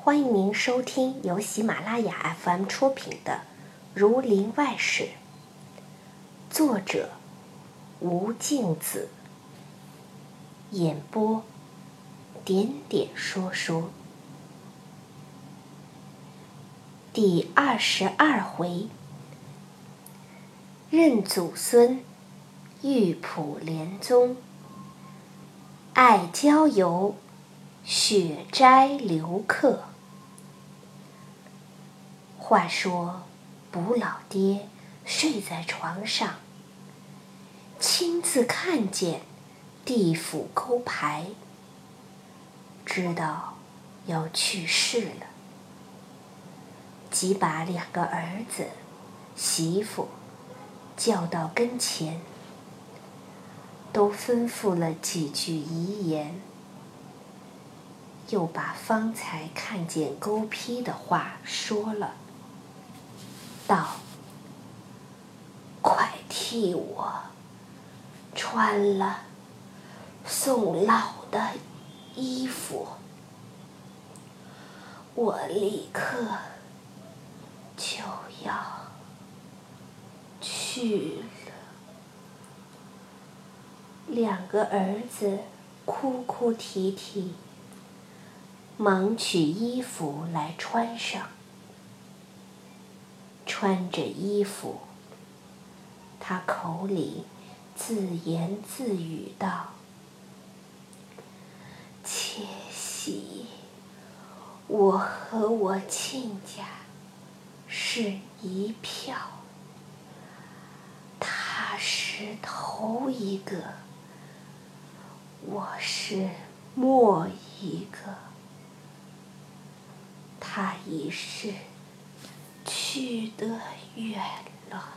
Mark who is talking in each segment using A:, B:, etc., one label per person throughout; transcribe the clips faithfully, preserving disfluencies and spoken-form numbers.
A: 欢迎您收听由喜马拉雅 F M 出品的《儒林外史》，作者吴敬梓，演播点点说书。第二十二回，认祖孙，玉璞连宗，爱郊游，雪斋留客。话说卜老爹睡在床上，亲自看见地府勾牌，知道要去世了，即把两个儿子媳妇叫到跟前，都吩咐了几句遗言，又把方才看见勾批的话说了，道：快替我穿了送老的衣服，我立刻就要去了。两个儿子哭哭啼啼，忙取衣服来穿上。穿着衣服，他口里自言自语道：且喜我和我亲家是一票，他是头一个，我是末一个，他已是去得远了，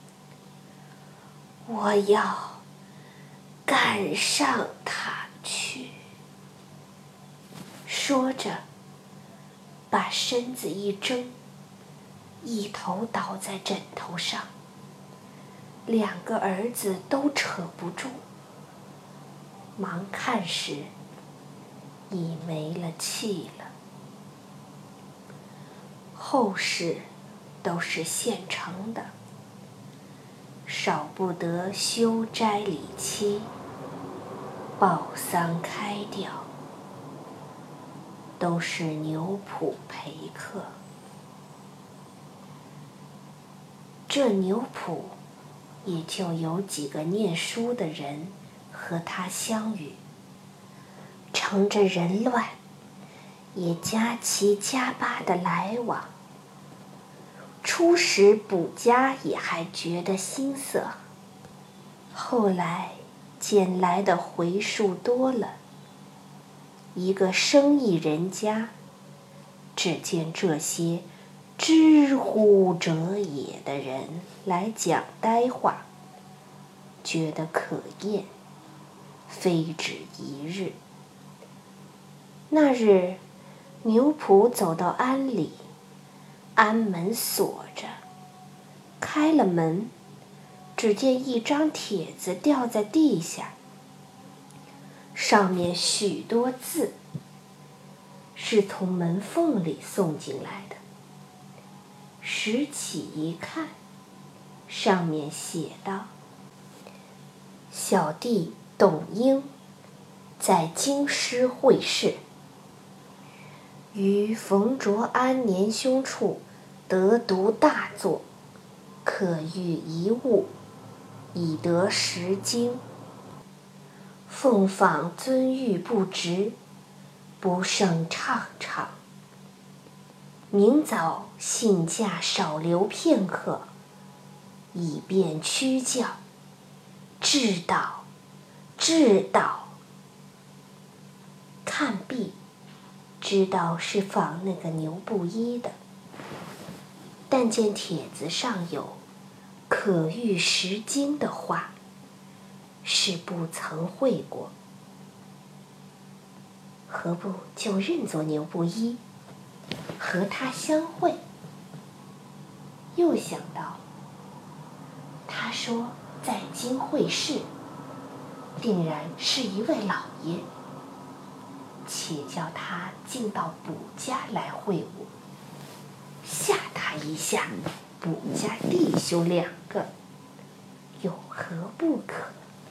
A: 我要赶上他去。说着，把身子一挣，一头倒在枕头上，两个儿子都扯不住，忙看时已没了气了。后事都是现成的，少不得休斋礼期，报丧开吊，都是牛仆陪客。这牛仆也就有几个念书的人和他相与，乘着人乱，也加七加八的来往。初时卜家也还觉得心塞，后来见来的回数多了，一个生意人家，只见这些知乎者也的人来讲呆话，觉得可厌，非止一日。那日牛仆走到庵里，庵门锁着，开了门，只见一张帖子掉在地下，上面许多字，是从门缝里送进来的。拾起一看，上面写道：小弟董婴在京师会试，于冯卓安年兄处得读大作，可遇一物，以得十经。奉访尊誉不直，不胜畅畅。明早信驾少留片刻，以便驱教。至道，至道。看毕，知道是访那个牛布衣的，但见帖子上有可遇十经的话，是不曾会过，何不就认作牛布衣，和他相会？又想到，他说在京会试，定然是一位老爷， 且叫他进到卜家来会我，吓他一下。卜家弟兄两个，有何不可？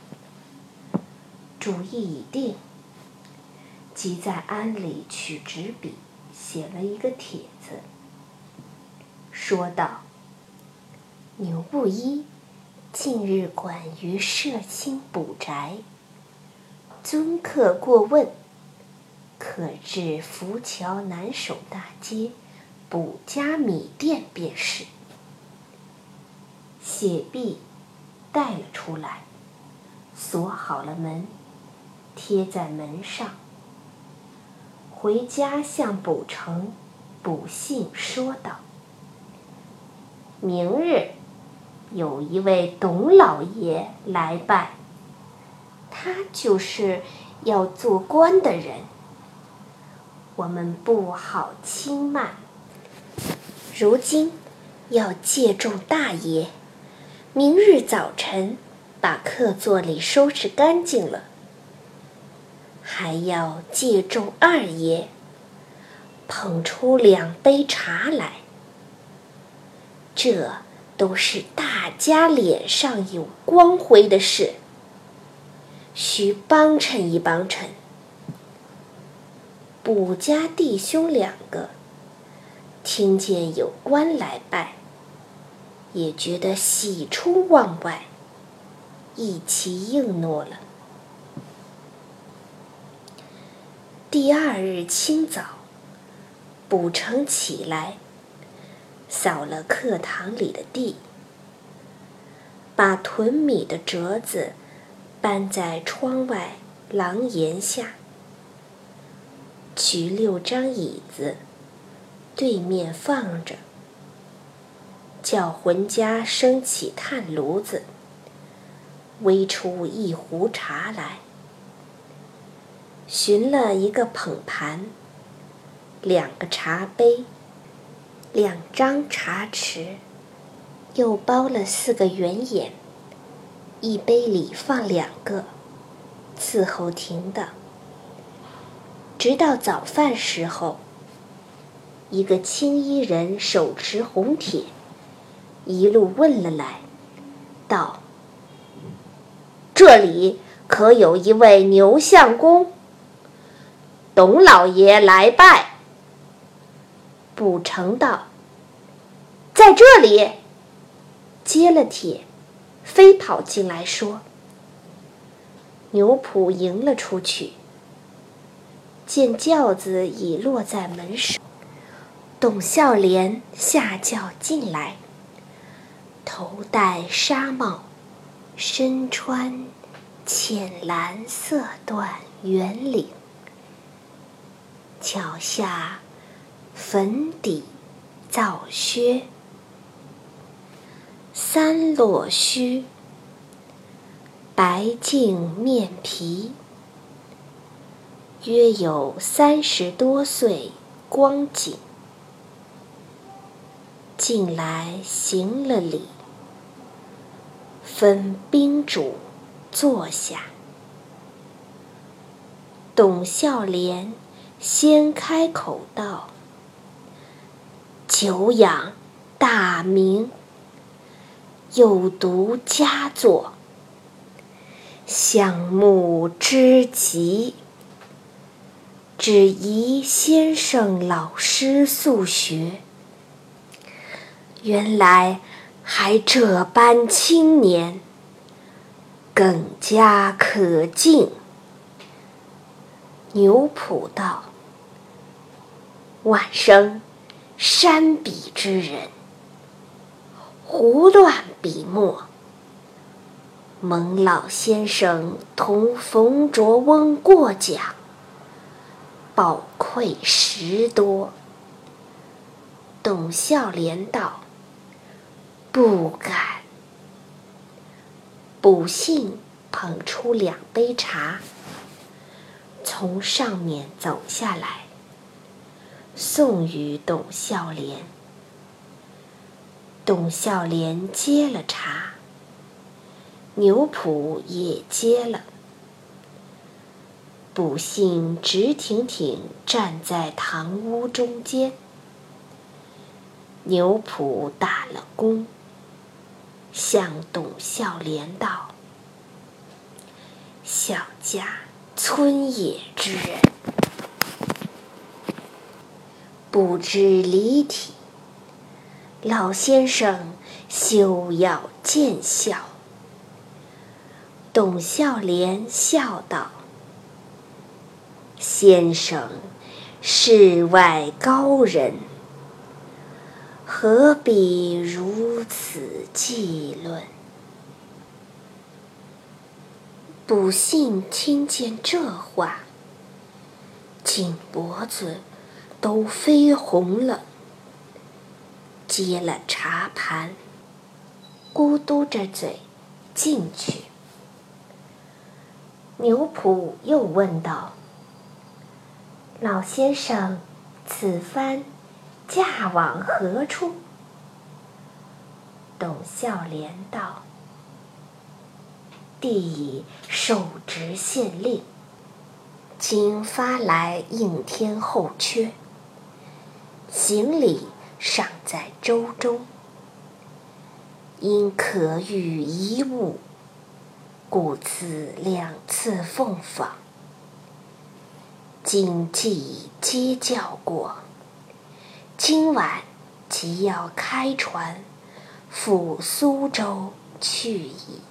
A: 主意已定，即在庵里取纸笔，写了一个帖子，说道：牛不一近日管于社亲卜宅，尊客过问，可至浮桥南首大街卜家米店便是。写毕带了出来，锁好了门，贴在门上。回家向卜成卜信说道：明日有一位董老爷来拜，他就是要做官的人，我们不好轻慢。如今要借重大爷，明日早晨把客座里收拾干净了，还要借重二爷，捧出两杯茶来，这都是大家脸上有光辉的事，需帮衬一帮衬。卜家弟兄两个听见有官来拜，也觉得喜出望外，一起应诺了。第二日清早，卜成起来，扫了课堂里的地，把囤米的折子搬在窗外廊檐下，取六张椅子对面放着，叫浑家升起炭炉子，煨出一壶茶来，寻了一个捧盘，两个茶杯，两张茶匙，又包了四个圆眼，一杯里放两个，伺候停的。直到早饭时候，一个青衣人手持红帖，一路问了来，道：这里可有一位牛相公，董老爷来拜。卜成道：在这里。接了帖，飞跑进来说。牛仆迎了出去，见轿子已落在门首，董孝廉下轿进来，头戴纱帽，身穿浅蓝色缎圆领，脚下粉底皂靴，三落须，白净面皮，约有三十多岁光景。进来行了礼，分宾主坐下。董孝廉先开口道：久仰大名，又读佳作，项目之极，只宜先生老师素学，原来还这般青年，更加可敬。牛仆道：晚生山笔之人，胡乱笔墨，蒙老先生同冯卓翁过奖，宝愧实多。董孝廉道：不敢。卜信捧出两杯茶，从上面走下来，送与董孝廉。董孝廉接了茶，牛仆也接了。 卜信直挺挺站在堂屋中间。牛埔打了躬，向董孝廉道：“小家村野之人，不知礼体，老先生休要见笑。”董孝廉笑道：“先生世外高人，何必如此议论？”卜信听见这话，颈脖子都绯红了，接了茶盘，咕嘟着嘴进去。牛埔又问道：“老先生，此番驾往何处？”董孝廉道：“弟已受职县令，今发来应天候缺，行李尚在舟中，因可遇一物，故此两次奉访。今既接教过，今晚即要开船赴苏州去矣。”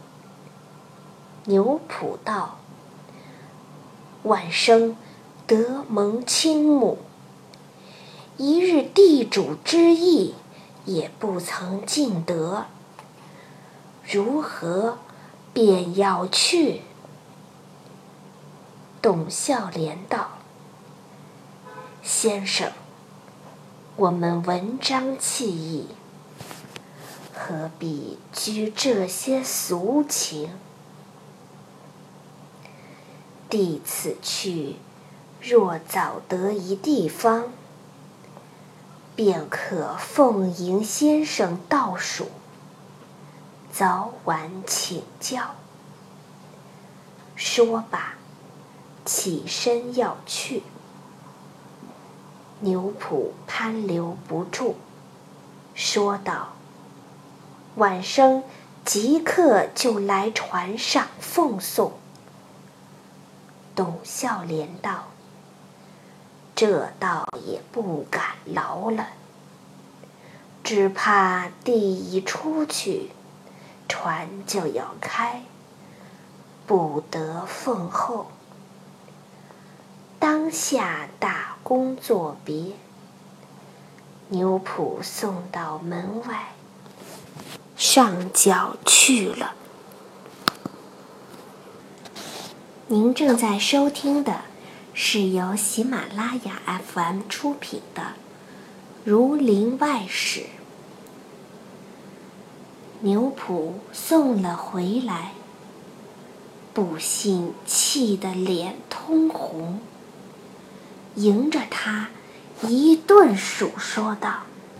A: 牛埔道：“晚生得蒙倾慕，一日地主之谊也不曾尽得，如何便要去？”董孝廉道：“先生，我们文章气义，何必拘这些俗情？弟此去，若早得一地方，便可奉迎先生到蜀，早晚请教。”说罢，起身要去。牛埔攀留不住，说道：“晚生即刻就来船上奉送。”董孝廉道：“这倒也不敢劳了，只怕弟一出去，船就要开，不得奉候。”当下大功作别，牛埔送到门外，上轿去了。您正在收听的是由喜马拉雅 F M 出品的《儒林外史》。牛埔送了回来，卜信气得脸通红，迎着他一顿数说道：“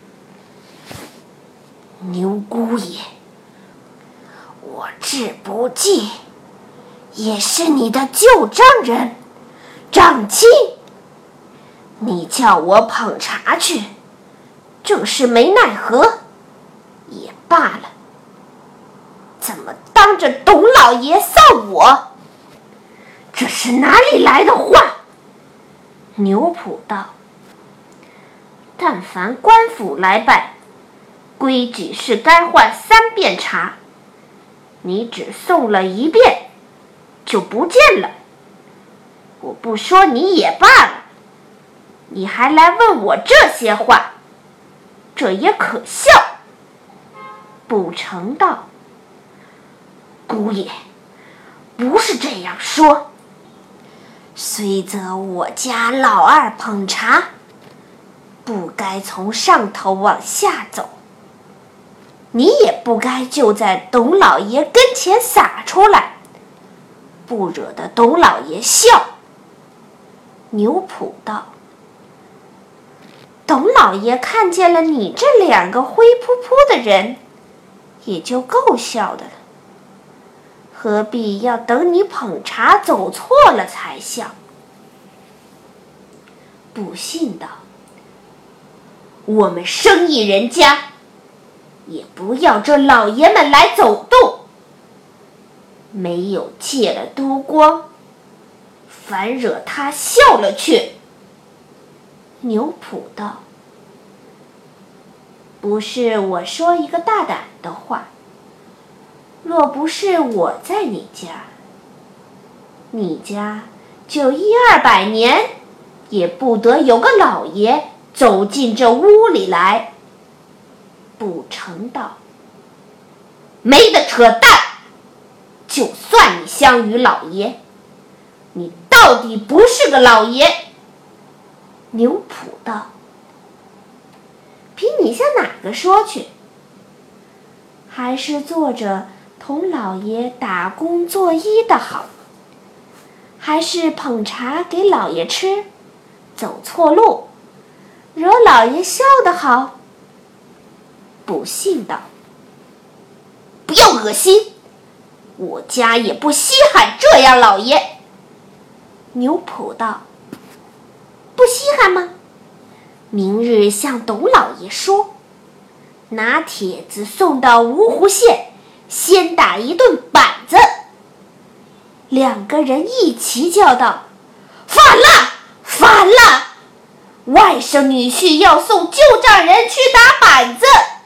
A: 牛姑爷，我志不济，也是你的旧丈人、长亲，你叫我捧茶去，正是没奈何，也罢了。怎么当着董老爷臊我？这是哪里来的话？”牛埔道：“但凡官府来拜，规矩是该换三遍茶，你只送了一遍就不见了。我不说你也罢了，你还来问我这些话，这也可笑。”卜成道：“姑爷，不是这样说。虽则我家老二捧茶，不该从上头往下走，你也不该就在董老爷跟前洒出来，不惹得董老爷笑。”牛埔道：“董老爷看见了你这两个灰扑扑的人，也就够笑的了。 何必要等你捧茶走错了才像？不信道：我们生意人家，也不要这老爷们来走动。没有借了都光，反惹他笑了去。牛普道：不是我说一个大胆的话，若不是我在你家，你家就一二百年也不得有个老爷走进这屋里来。不成道：没得扯淡，就算你相与老爷，你到底不是个老爷。牛普道：比你向哪个说去？还是做着同老爷打工作揖的好，还是捧茶给老爷吃，走错路惹老爷笑得好？不信道：不要恶心，我家也不稀罕这样老爷。牛普道：不稀罕吗？明日向董老爷说，拿帖子送到芜湖县，先打一顿板子。两个人一齐叫道：反了，反了！外甥女婿要送旧丈人去打板子，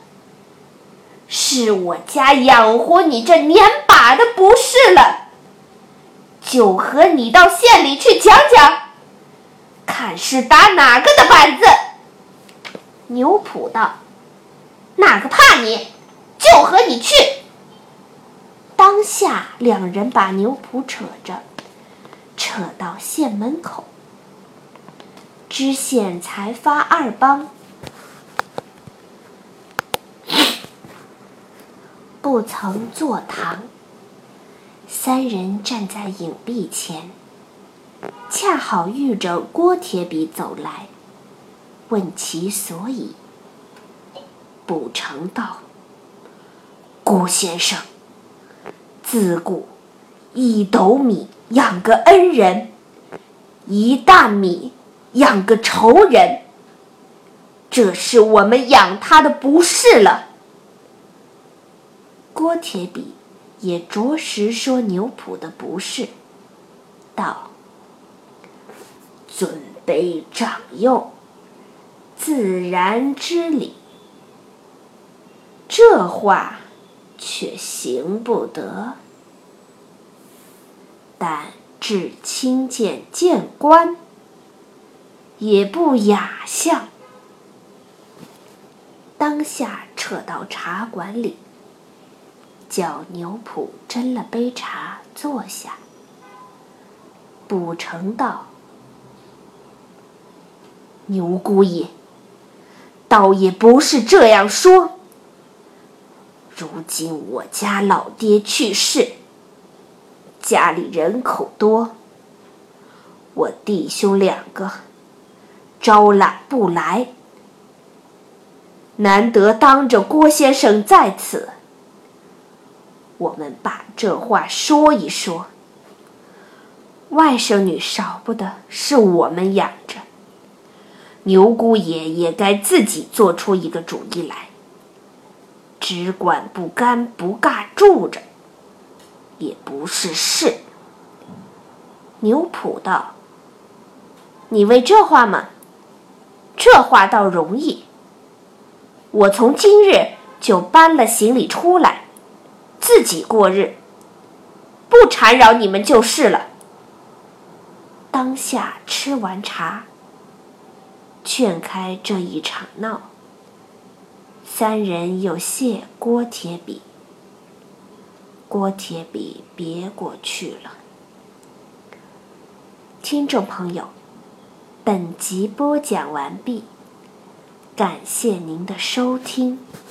A: 是我家养活你这年把的不是了，就和你到县里去讲讲，看是打哪个的板子。牛普道：哪个怕你，就和你去。当下两人把牛普扯着，扯到县门口。知县才发二帮，不曾坐堂。三人站在影壁前，恰好遇着郭铁笔走来，问其所以。不成道：郭先生，自古一斗米养个恩人，一担米养个仇人，这是我们养他的不是了。郭铁笔也着实说牛普的不是，道：尊卑长幼，自然之理，这话却行不得。但至亲见见官，也不雅相。当下扯到茶馆里，叫牛普斟了杯茶坐下。不成道：牛姑爷，倒也不是这样说。如今我家老爹去世，家里人口多，我弟兄两个招揽不来，难得当着郭先生在此，我们把这话说一说。外甥女少不得是我们养着，牛姑爷也该自己做出一个主意来，只管不干不尬住着，也不是事。牛普道：你为这话吗？这话倒容易，我从今日就搬了行李出来，自己过日，不缠扰你们就是了。当下吃完茶，劝开这一场闹，三人又谢郭铁笔，郭铁笔别过去了。听众朋友，本集播讲完毕，感谢您的收听。